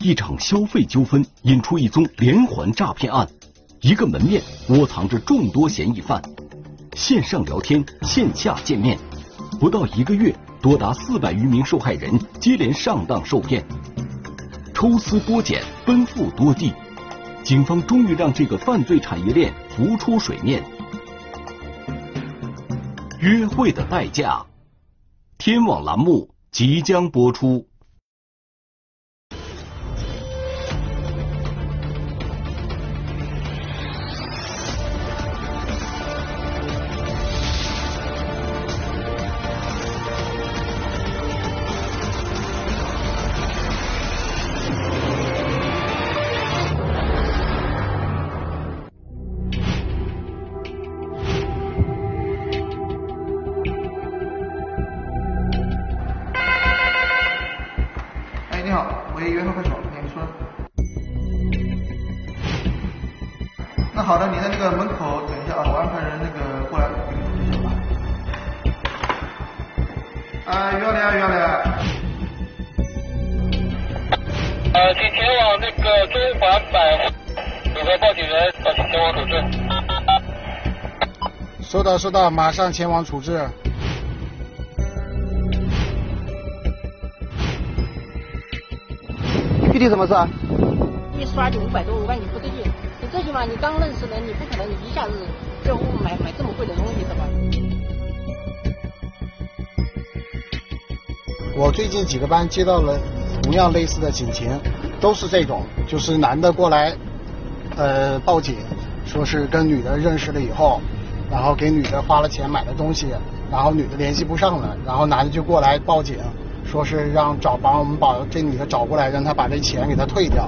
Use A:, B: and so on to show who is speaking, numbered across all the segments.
A: 一场消费纠纷引出一宗连环诈骗案，一个门面窝藏着众多嫌疑犯，线上聊天，线下见面，不到1个月，多达400余名受害人接连上当受骗，抽丝剥茧，奔赴多地，警方终于让这个犯罪产业链浮出水面。约会的代价，天网栏目即将播出。
B: 你好，喂，约会快手，你说。那好的，你在那个门口等一下啊，我安排人那个过来。约了呀，约了呀。
C: 请前往那个中环百货，有个报警人，请前往处置。
D: 收到，马上前往处置。
B: 具体什么事啊？
E: 一刷就500多万，你不对劲。你最起码你刚认识人，你不可能你一下子就买这么贵的东西，是吧？
D: 我最近几个班接到了同样类似的警情，都是这种，就是男的过来报警，说是跟女的认识了以后，然后给女的花了钱买的东西，然后女的联系不上了，然后男的就过来报警，说是把我们把这女的找过来，让他把这钱给他退掉。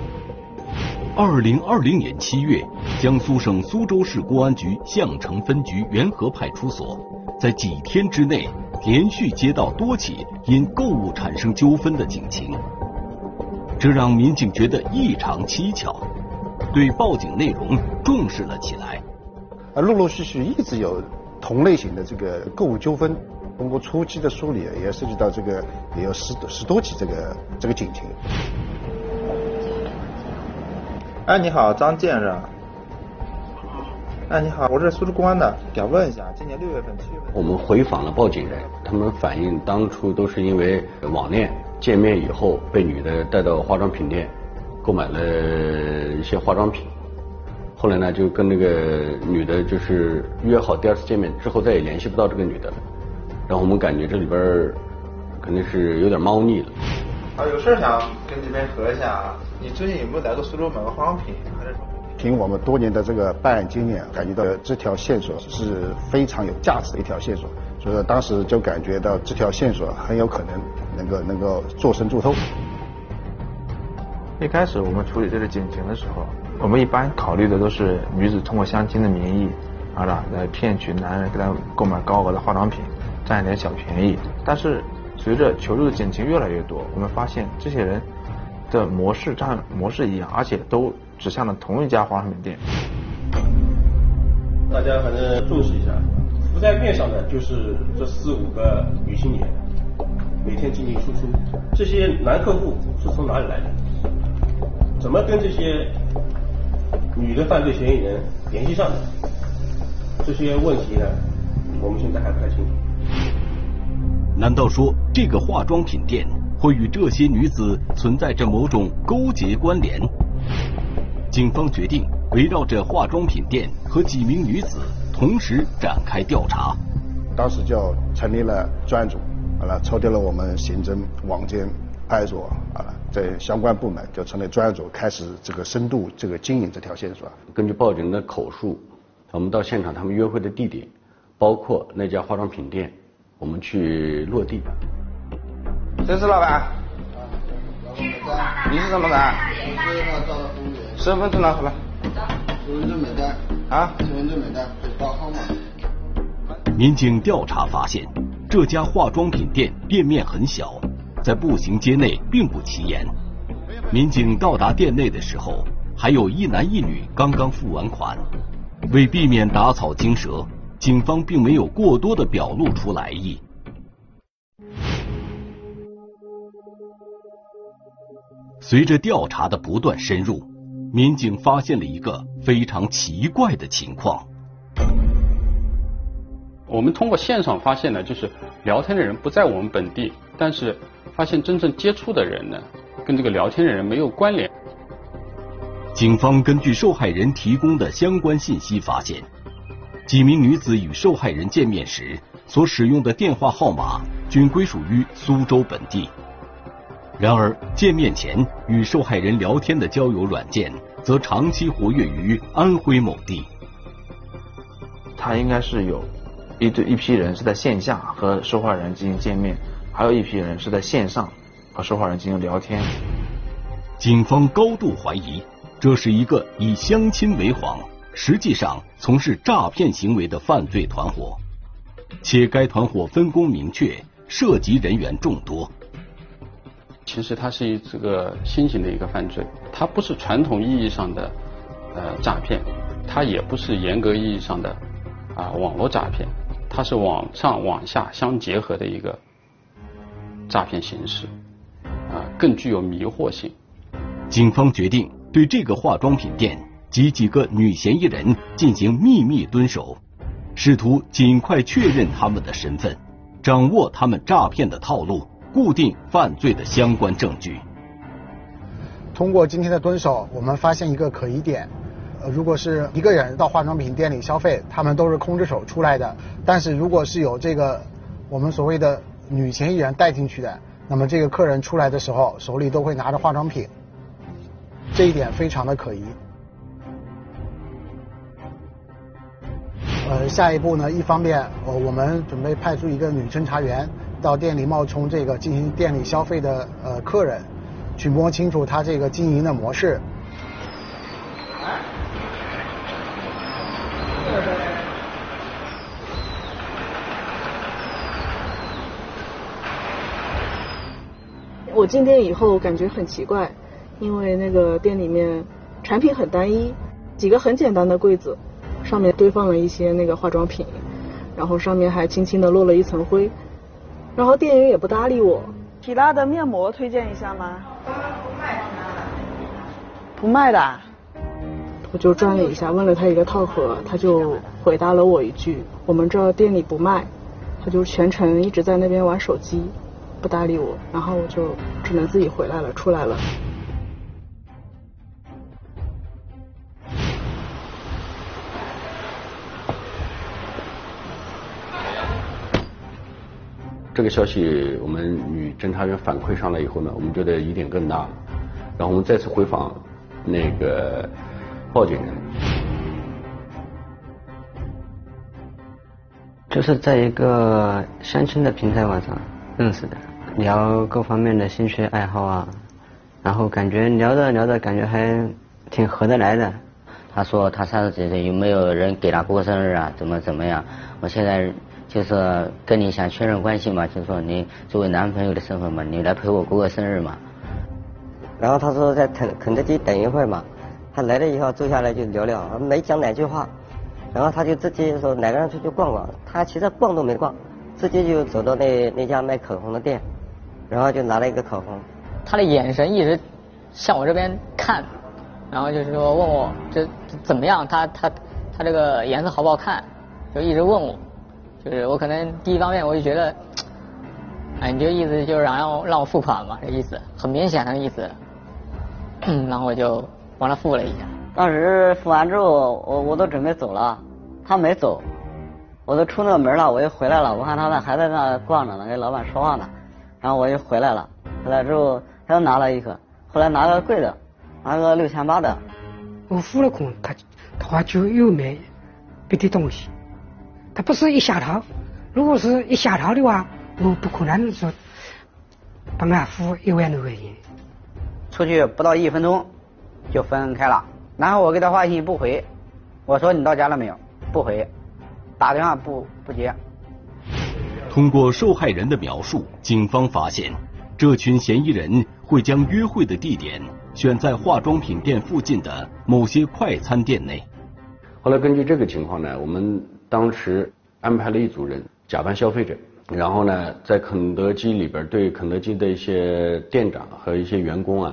A: 2020年7月，江苏省苏州市公安局项城分局元和派出所在几天之内连续接到多起因购物产生纠纷的警情，这让民警觉得异常蹊跷，对报警内容重视了起来。
F: 陆陆续续一直有同类型的这个购物纠纷，通过初期的梳理，也涉及到这个也有十多起这个警情。
G: 哎，你好，张建是吧？哎，你好，我是苏州公安的，想问一下，今年6月份、7月份，
H: 我们回访了报警人，他们反映当初都是因为网恋见面以后，被女的带到化妆品店，购买了一些化妆品，后来呢就跟那个女的就是约好第2次见面之后再也联系不到这个女的了，然后我们感觉这里边肯定是有点猫腻了。
G: 有事想跟这边核一下，你最近有没有来过苏州买过化妆品，还是说？
F: 凭我们多年的这个办案经验，感觉到这条线索是非常有价值的一条线索，所以说当时就感觉到这条线索很有可能能够做深做透。
G: 一开始我们处理这个警情的时候，我们一般考虑的都是女子通过相亲的名义，来骗取男人给她购买高额的化妆品，占一点小便宜。但是随着求助的警情越来越多，我们发现这些人的模式一样，而且都指向了同一家化妆品店。
I: 大家反正重视一下，浮在面上的就是这4、5个女青年，每天进进出出，这些男客户是从哪里来的？怎么跟这些女的犯罪嫌疑人联系上的？这些问题呢，我们现在还不太清楚。
A: 难道说这个化妆品店会与这些女子存在着某种勾结关联？警方决定围绕着化妆品店和几名女子同时展开调查。
F: 当时就成立了专案组，抽调了我们刑侦、网监、派出所，这相关部门就成立专案组，开始这个深度经营这条线索。
H: 根据报警人的口述，我们到现场他们约会的地点，包括那家化妆品店，我们去落地。
G: 谁是老板？你是什么人？身份证拿回来。
D: 身份证没带。身份证没带，报号码。
A: 民警调查发现，这家化妆品店店面很小，在步行街内并不起眼。民警到达店内的时候，还有1男1女刚刚付完款。为避免打草惊蛇，警方并没有过多的表露出来意。 随着调查的不断深入，民警发现了一个非常奇怪的情况。
J: 我们通过线上发现呢，就是聊天的人不在我们本地，但是发现真正接触的人呢，跟这个聊天的人没有关联。
A: 警方根据受害人提供的相关信息发现，几名女子与受害人见面时所使用的电话号码均归属于苏州本地。然而，见面前与受害人聊天的交友软件则长期活跃于安徽某地。
G: 他应该是有一批人是在线下和受害人进行见面，还有一批人是在线上和受害人进行聊天。
A: 警方高度怀疑，这是一个以相亲为幌，实际上从事诈骗行为的犯罪团伙，且该团伙分工明确，涉及人员众多。
J: 其实它是这个新型的一个犯罪，它不是传统意义上的诈骗，它也不是严格意义上的网络诈骗，它是网上网下相结合的一个诈骗形式，更具有迷惑性。
A: 警方决定对这个化妆品店及几个女嫌疑人进行秘密蹲守，试图尽快确认他们的身份，掌握他们诈骗的套路，固定犯罪的相关证据。
D: 通过今天的蹲守，我们发现一个可疑点。如果是一个人到化妆品店里消费，他们都是空着手出来的。但是如果是有这个我们所谓的女嫌疑人带进去的，那么这个客人出来的时候手里都会拿着化妆品，这一点非常的可疑。下一步呢，一方面我们准备派出一个女侦查员到店里冒充这个进行店里消费的客人，去摸清楚他这个经营的模式。
K: 我进店以后感觉很奇怪，因为那个店里面产品很单一，几个很简单的柜子，上面堆放了一些那个化妆品，然后上面还轻轻的落了一层灰，然后店员也不搭理我。缇拉的面膜推荐一下吗？不卖的。我就转了一下，问了他一个套盒，他就回答了我一句：“我们这店里不卖。”他就全程一直在那边玩手机，不搭理我，然后我就只能自己回来了，出来了。
H: 这个消息我们女侦查员反馈上来以后呢，我们觉得疑点更大了，然后我们再次回访那个报警人。
L: 就是在一个相亲的平台网上认识的，聊各方面的兴趣爱好啊，然后感觉聊着聊着感觉还挺合得来的。
M: 他说他30几岁，有没有人给他过生日啊？怎么样？我现在就是跟你想确认关系嘛，就是说你作为男朋友的身份嘛，你来陪我过个生日嘛。
L: 然后他说在肯德基等一会儿嘛，他来了以后坐下来就聊聊，没讲哪句话。然后他就直接说哪个人出去逛逛，他其实逛都没逛，直接就走到那家卖口红的店，然后就拿了一个口红。
N: 他的眼神一直向我这边看，然后就是说问我这怎么样，他这个颜色好不好看，就一直问我。就是我可能第一方面我就觉得，你这意思就是让我付款嘛，这意思很明显的意思。然后我就帮他付了一下。
L: 当时付完之后，我都准备走了，他没走，我都出那个门了，我又回来了，我看他们还在那逛着呢，跟老板说话呢，然后我又回来了，回来之后他又拿了一个，后来拿个贵的，拿个6800的。
O: 我付了款，他就又买别的东西，他不是一下套，如果是一下套的话，我不可能说帮他付1万多块钱。
L: 出去不到1分钟就分开了。然后我给他发信息不回，我说你到家了没有？不回，打电话不接。
A: 通过受害人的描述，警方发现这群嫌疑人会将约会的地点选在化妆品店附近的某些快餐店内。
H: 后来根据这个情况呢，我们当时安排了一组人假扮消费者，然后呢在肯德基里边对肯德基的一些店长和一些员工啊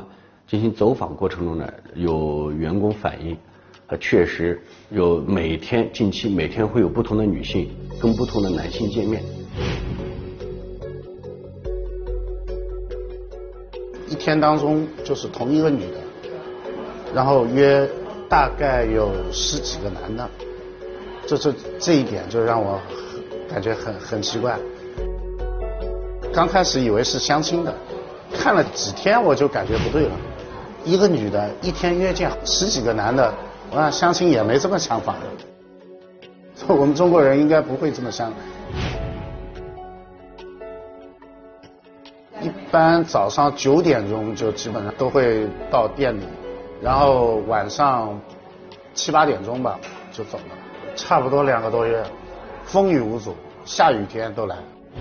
H: 进行走访过程中呢，有员工反映，确实有近期每天会有不同的女性跟不同的男性见面。
D: 一天当中就是同一个女的，然后约大概有10几个男的，这一点就让我感觉很奇怪。刚开始以为是相亲的，看了几天我就感觉不对了。一个女的一天约见10几个男的，我想相亲也没这么想法的。我们中国人应该不会这么想。一般早上9点钟就基本上都会到店里，然后晚上7、8点钟吧就走了，差不多2个多月，风雨无阻，下雨天都来。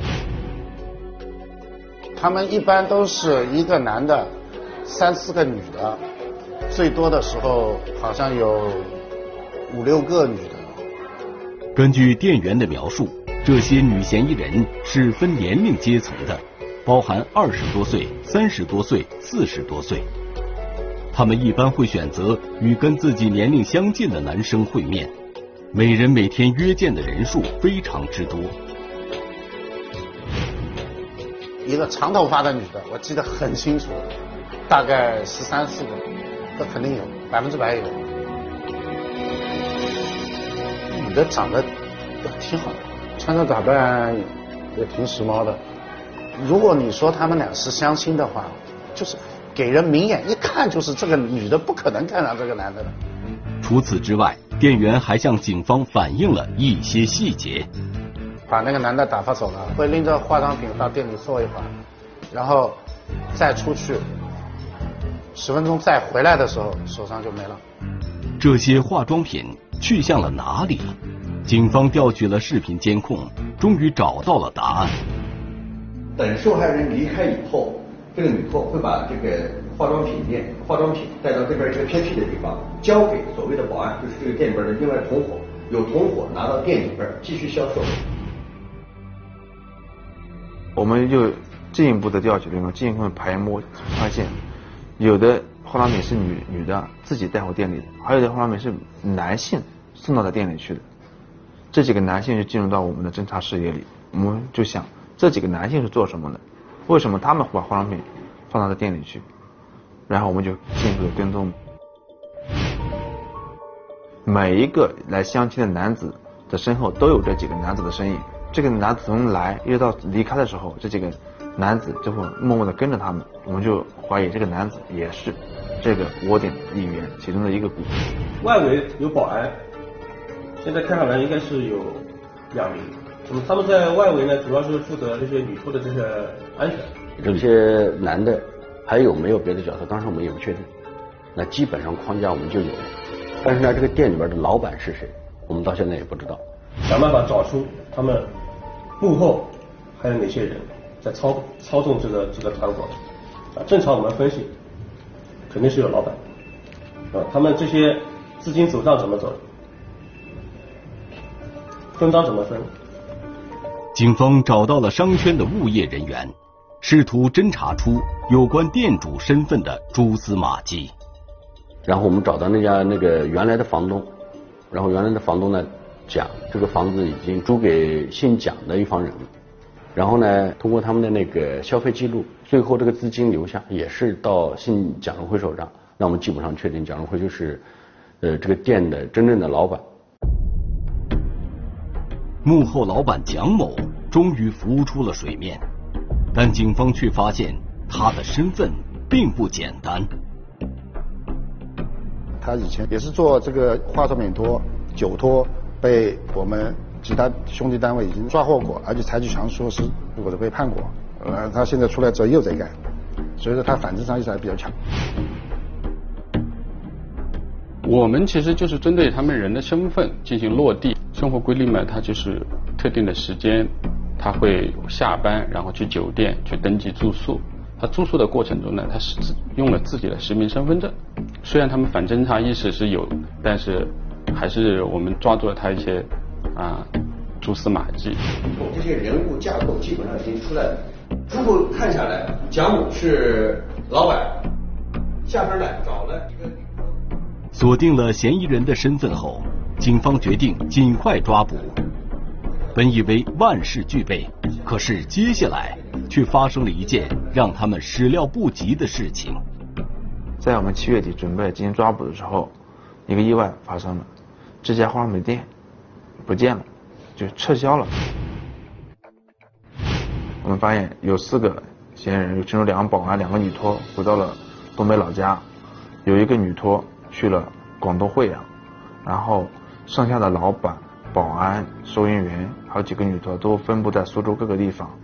D: 他们一般都是一个男的，3、4个女的，最多的时候好像有5、6个女的。
A: 根据店员的描述，这些女嫌疑人是分年龄阶层的，包含20多岁、30多岁、40多岁。他们一般会选择与跟自己年龄相近的男生会面，每人每天约见的人数非常之多。
D: 一个长头发的女的，我记得很清楚，大概13、14个，这肯定有，100%有。女的长得也挺好的，穿着打扮也挺时髦的。如果你说他们俩是相亲的话，就是给人明眼一看就是这个女的不可能看上这个男的的。
A: 除此之外，店员还向警方反映了一些细节。
D: 把那个男的打发走了，会拎着化妆品到店里坐一会儿，然后再出去10分钟，再回来的时候手上就没了。
A: 这些化妆品去向了哪里？警方调取了视频监控，终于找到了答案。
P: 等受害人离开以后，这个女客会把这个化妆品带到这边一个偏僻的地方，交给所谓的保安，就是这个店里边的另外同伙，有同伙拿到店里边继续销售。
G: 我们就进一步的调取进一步排摸，发现有的化妆品是女的自己带回店里的，还有的化妆品是男性送到店里去的。这几个男性就进入到我们的侦查视野里，我们就想这几个男性是做什么的？为什么他们会把化妆品放到店里去？然后我们就进一步的跟踪，每一个来相亲的男子的身后都有这几个男子的身影。这个男子从来一直到离开的时候，这几个男子就会默默的跟着他们，我们就怀疑这个男子也是这个窝点一员其中的一个股。
I: 外围有保安，现在看上来应该是有2名。他们在外围呢，主要是负责这些女仆的这些安全。
H: 这些男的还有没有别的角色？当时我们也不确定。那基本上框架我们就有了，但是呢，这个店里边的老板是谁，我们到现在也不知道。
I: 想办法找出他们幕后还有哪些人在操纵这个团伙。正常我们分析，肯定是有老板。他们这些资金走账怎么走？分赃怎么分？
A: 警方找到了商圈的物业人员，试图侦查出有关店主身份的蛛丝马迹。
H: 然后我们找到那个原来的房东，然后原来的房东呢讲这个房子已经租给姓蒋的一方人了。然后呢，通过他们的那个消费记录，最后这个资金留下也是到姓蒋荣辉手上，那我们基本上确定蒋荣辉就是这个店的真正的老板。
A: 幕后老板蒋某终于浮出了水面，但警方却发现他的身份并不简单。
F: 他以前也是做这个化妆品托、酒托，被我们其他兄弟单位已经抓获过，而且采取强措施或者被判过。他现在出来之后又在干，所以说他反侦查意识还比较强。
J: 我们其实就是针对他们人的身份进行落地，生活规律嘛，它就是特定的时间，他会下班然后去酒店去登记住宿。他住宿的过程中呢，他是用了自己的实名身份证。虽然他们反侦查意识是有，但是还是我们抓住了他一些蛛丝马迹。
P: 这些人物架构基本上已经出来了。初步看下来，蒋某是老板， 下边呢找了一个。
A: 锁定了嫌疑人的身份后，警方决定尽快抓捕。本以为万事俱备，可是接下来却发生了一件让他们始料不及的事情。
G: 在我们7月底准备进行抓捕的时候，一个意外发生了，这家化妆品店不见了，就撤销了。我们发现有4个嫌疑人，有其中2个保安，2个女托回到了东北老家，有1个女托去了广东惠阳，然后剩下的老板、保安、收银员还有几个女托都分布在苏州各个地方。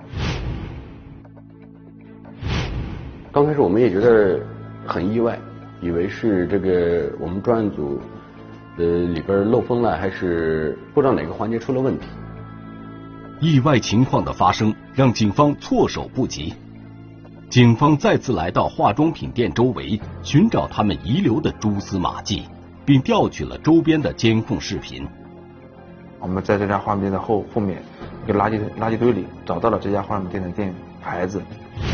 H: 刚开始我们也觉得很意外，以为是这个我们专案组里边漏风了，还是不知道哪个环节出了问题。
A: 意外情况的发生让警方措手不及。警方再次来到化妆品店周围，寻找他们遗留的蛛丝马迹，并调取了周边的监控视频。
G: 我们在这家化妆店的后面一个垃圾堆里找到了这家化妆店的店牌子，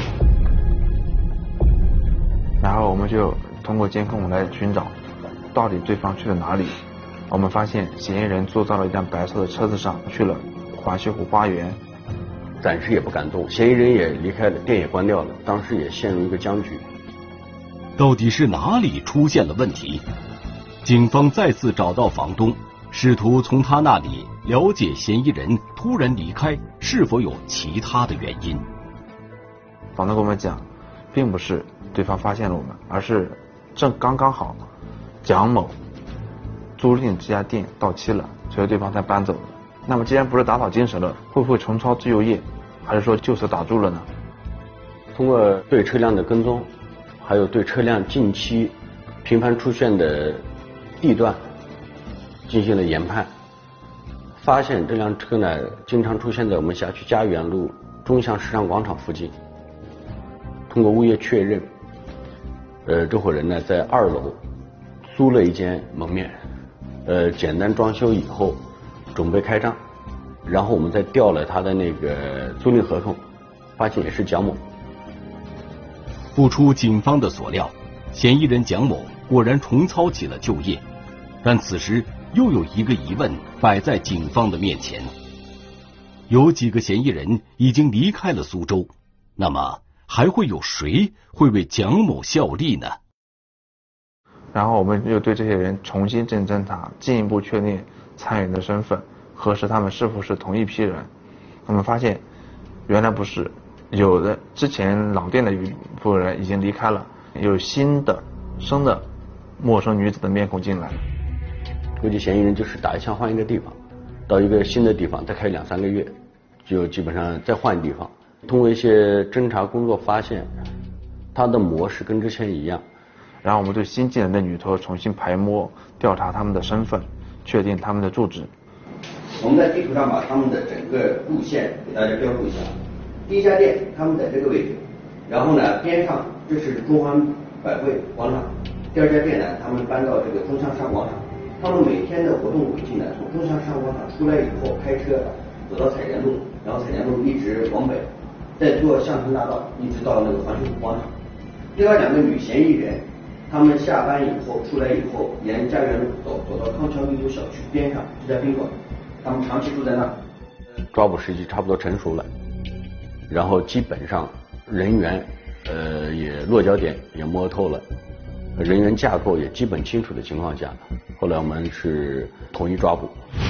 G: 然后我们就通过监控来寻找到底对方去了哪里。我们发现嫌疑人坐到了一辆白色的车子上，去了华西湖花园，
H: 暂时也不敢动，嫌疑人也离开了，店也关掉了，当时也陷入一个僵局。
A: 到底是哪里出现了问题？警方再次找到房东，试图从他那里了解嫌疑人突然离开是否有其他的原因。
G: 房东跟我们讲，并不是对方发现了我们，而是刚刚好蒋某租赁这家店到期了，所以对方才搬走的。那么既然不是打草惊蛇了，会不会重操旧业，还是说就此打住了呢？
H: 通过对车辆的跟踪，还有对车辆近期频繁出现的地段进行了研判，发现这辆车呢经常出现在我们辖区家园路中向时尚广场附近。通过物业确认，这伙人呢在2楼租了一间门面，简单装修以后准备开张，然后我们再调了他的那个租赁合同，发现也是蒋某。
A: 不出警方的所料，嫌疑人蒋某果然重操起了旧业，但此时又有一个疑问摆在警方的面前：有几个嫌疑人已经离开了苏州，那么还会有谁会为蒋某效力呢？
G: 然后我们又对这些人重新进行侦查，进一步确定参与人的身份，核实他们是否是同一批人。我们发现原来不是，有的之前老店的一部分人已经离开了，有新的陌生女子的面孔进来。
H: 估计嫌疑人就是打一枪换一个地方，到一个新的地方再开2-3个月，就基本上再换地方。通过一些侦查工作发现，他的模式跟之前一样。
G: 然后我们对新进来的女托重新排摸，调查他们的身份，确定他们的住址。
P: 我们在地图上把他们的整个路线给大家标注一下。第一家店他们在这个位置，然后呢边上这是中环百汇广场。第2家店呢，他们搬到这个中向时尚广场。他们每天的活动轨迹呢，从中向时尚广场出来以后开车走到采莲路，然后采莲路一直往北，再坐象山大道一直到那个环球湖广场。另外2个女嫌疑人，他们下班以后出来以后，沿家园路走到康桥绿洲小区边上这家宾馆，他们长期住在那儿。
H: 抓捕时机差不多成熟了，然后基本上人员也落脚点也摸透了，人员架构也基本清楚的情况下，后来我们是统一抓捕。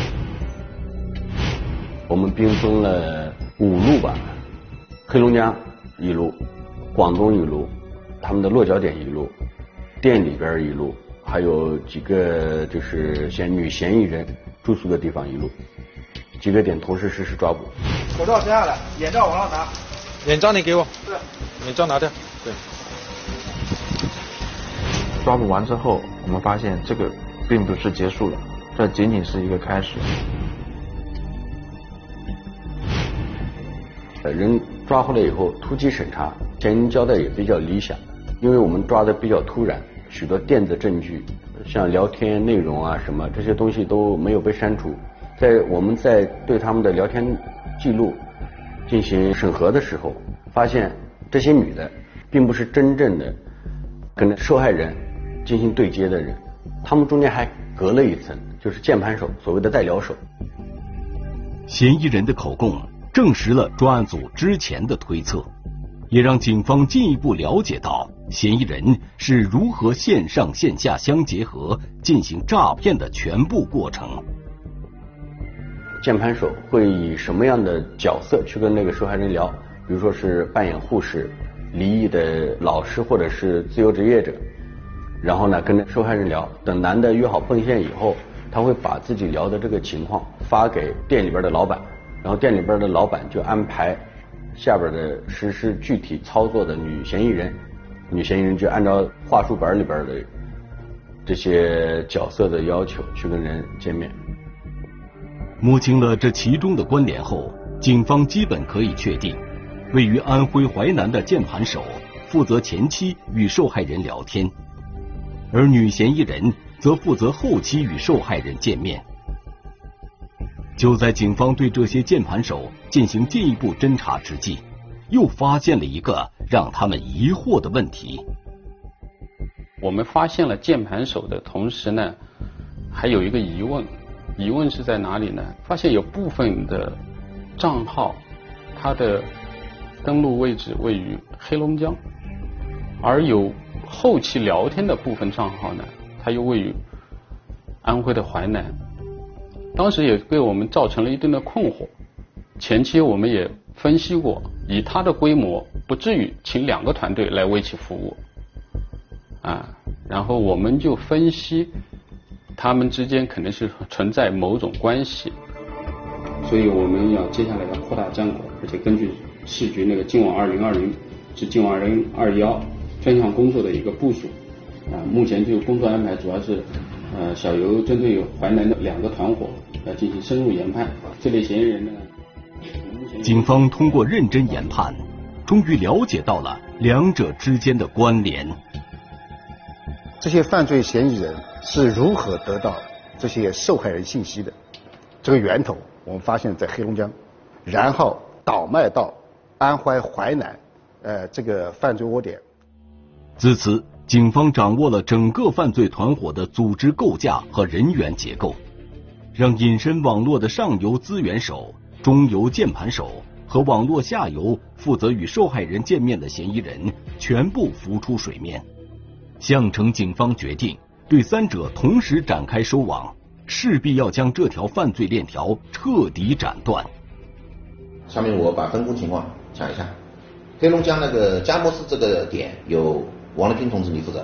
H: 我们兵分了5路吧，黑龙江1路，广东1路，他们的落脚点1路，店里边1路，还有几个就是女嫌疑人住宿的地方1路，几个点同时实施抓捕。
B: 口罩摘下来，眼罩往上拿。
Q: 眼罩你给我。
B: 是。
Q: 眼罩拿掉。
G: 对。抓捕完之后，我们发现这个并不是结束了，这仅仅是一个开始。
H: 人抓回来以后，突击审查，嫌疑人交代也比较理想，因为我们抓的比较突然，许多电子证据，像聊天内容啊什么这些东西都没有被删除。我们在对他们的聊天记录进行审核的时候，发现这些女的并不是真正的跟受害人进行对接的人，他们中间还隔了一层，就是键盘手，所谓的代聊手。
A: 嫌疑人的口供证实了专案组之前的推测，也让警方进一步了解到嫌疑人是如何线上线下相结合进行诈骗的全部过程。
H: 键盘手会以什么样的角色去跟那个受害人聊？比如说是扮演护士、离异的老师或者是自由职业者，然后呢跟着受害人聊，等男的约好奔现以后，他会把自己聊的这个情况发给店里边的老板，然后店里边的老板就安排下边的实施具体操作的女嫌疑人，女嫌疑人就按照话术本里边的这些角色的要求去跟人见面。
A: 摸清了这其中的关联后，警方基本可以确定，位于安徽淮南的键盘手负责前期与受害人聊天，而女嫌疑人则负责后期与受害人见面。就在警方对这些键盘手进行进一步侦查之际，又发现了一个让他们疑惑的问题。
J: 我们发现了键盘手的同时呢，还有一个疑问，疑问是在哪里呢？发现有部分的账号，它的登录位置位于黑龙江，而有后期聊天的部分账号呢，它又位于安徽的淮南。当时也给我们造成了一定的困惑。前期我们也分析过，以它的规模，不至于请2个团队来为其服务，然后我们就分析，他们之间可能是存在某种关系，所以我们要接下来要扩大战果，而且根据市局那个净网2020至净网2021专项工作的一个部署，目前这个工作安排主要是小游针对淮南的2个团伙要进行深入研判，这类嫌疑人呢，
A: 警方通过认真研判，终于了解到了两者之间的关联。
F: 这些犯罪嫌疑人是如何得到这些受害人信息的？这个源头我们发现在黑龙江，然后倒卖到安徽淮南，这个犯罪窝点。
A: 自此，警方掌握了整个犯罪团伙的组织构架和人员结构，让隐身网络的上游资源手、中游键盘手和网络下游负责与受害人见面的嫌疑人全部浮出水面。项城警方决定对3者同时展开收网，势必要将这条犯罪链条彻底斩断。
R: 下面我把分工情况讲一下。黑龙江那个佳木斯这个点由王立军同志你负责，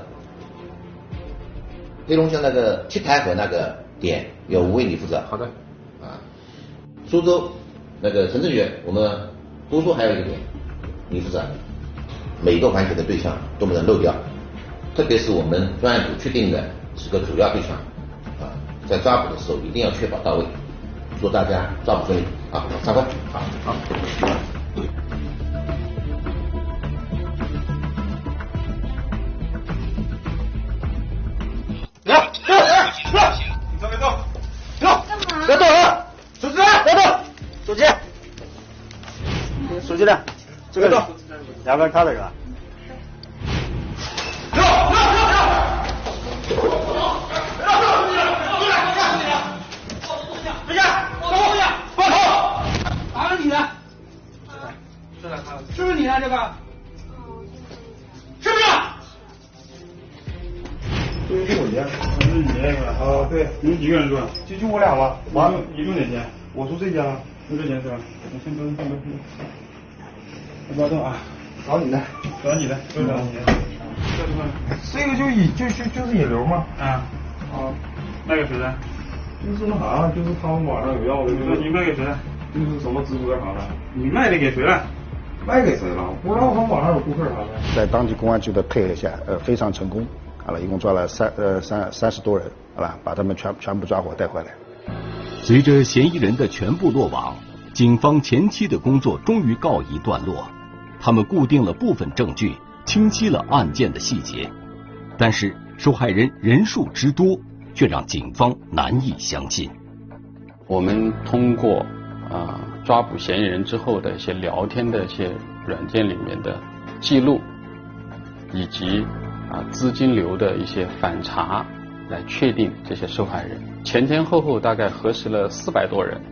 R: 黑龙江那个七台河那个点由吴伟你负责。
J: 好的。
R: 苏州那个陈志远，我们都说还有一个点你负责，每个环节的对象都不能漏掉，特别是我们专案组确定的是个主要对象，在抓捕的时候一定要确保到位，祝大家抓捕顺利啊！散会。好。
S: 别动啊！手机呢？别动！手机。手机呢？这个2个人他的是吧？
T: 哪个你的？是不是你的这个？是不是？
U: 就我家，是你那个啊？对，你们几个人住？就我俩吧。你住哪间？我住这家，住这间是吧？我先蹲。不要动啊！找你的。就是你的。这个就是引流吗？卖给谁的？就是那啥，就是他们网上有要的。你卖给谁的？就是什么直播啥的。你卖的给谁了？卖给谁了？不知道他们网上有顾客啥的。
F: 在当地公安局的配合下，非常成功。一共抓了30多人，把他们全部抓获带回来。
A: 随着嫌疑人的全部落网，警方前期的工作终于告一段落。他们固定了部分证据，清晰了案件的细节，但是受害人人数之多，却让警方难以相信。
J: 我们通过抓捕嫌疑人之后的一些聊天的一些软件里面的记录，以及资金流的一些反查来确定这些受害人。前后大概核实了400多人。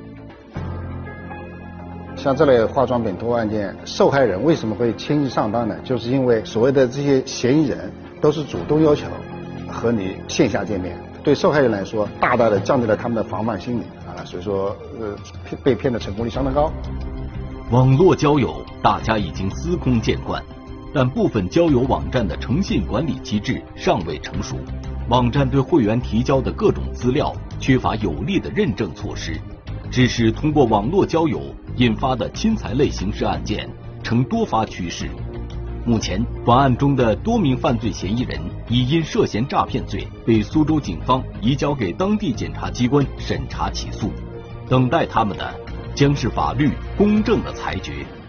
F: 像这类化妆品托案件，受害人为什么会轻易上当呢？就是因为所谓的这些嫌疑人都是主动要求和你线下见面，对受害人来说，大大的降低了他们的防范心理所以说被骗的成功率相当高。
A: 网络交友大家已经司空见惯，但部分交友网站的诚信管理机制尚未成熟，网站对会员提交的各种资料缺乏有力的认证措施，致使通过网络交友引发的侵财类刑事案件呈多发趋势。目前，本案中的多名犯罪嫌疑人已因涉嫌诈骗罪被苏州警方移交给当地检察机关审查起诉，等待他们的将是法律公正的裁决。